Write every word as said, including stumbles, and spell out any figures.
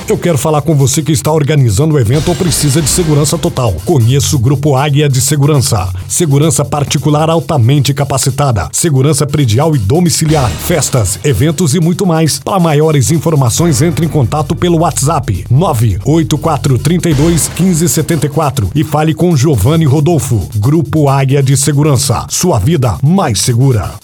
Eu quero falar com você que está organizando o evento ou precisa de segurança total. Conheça o Grupo Águia de Segurança. Segurança particular altamente capacitada, segurança predial e domiciliar, festas, eventos e muito mais. Para maiores informações, entre em contato pelo WhatsApp nove oito quatro três dois um cinco sete quatro e fale com Giovanni Rodolfo. Grupo Águia de Segurança. Sua vida mais segura.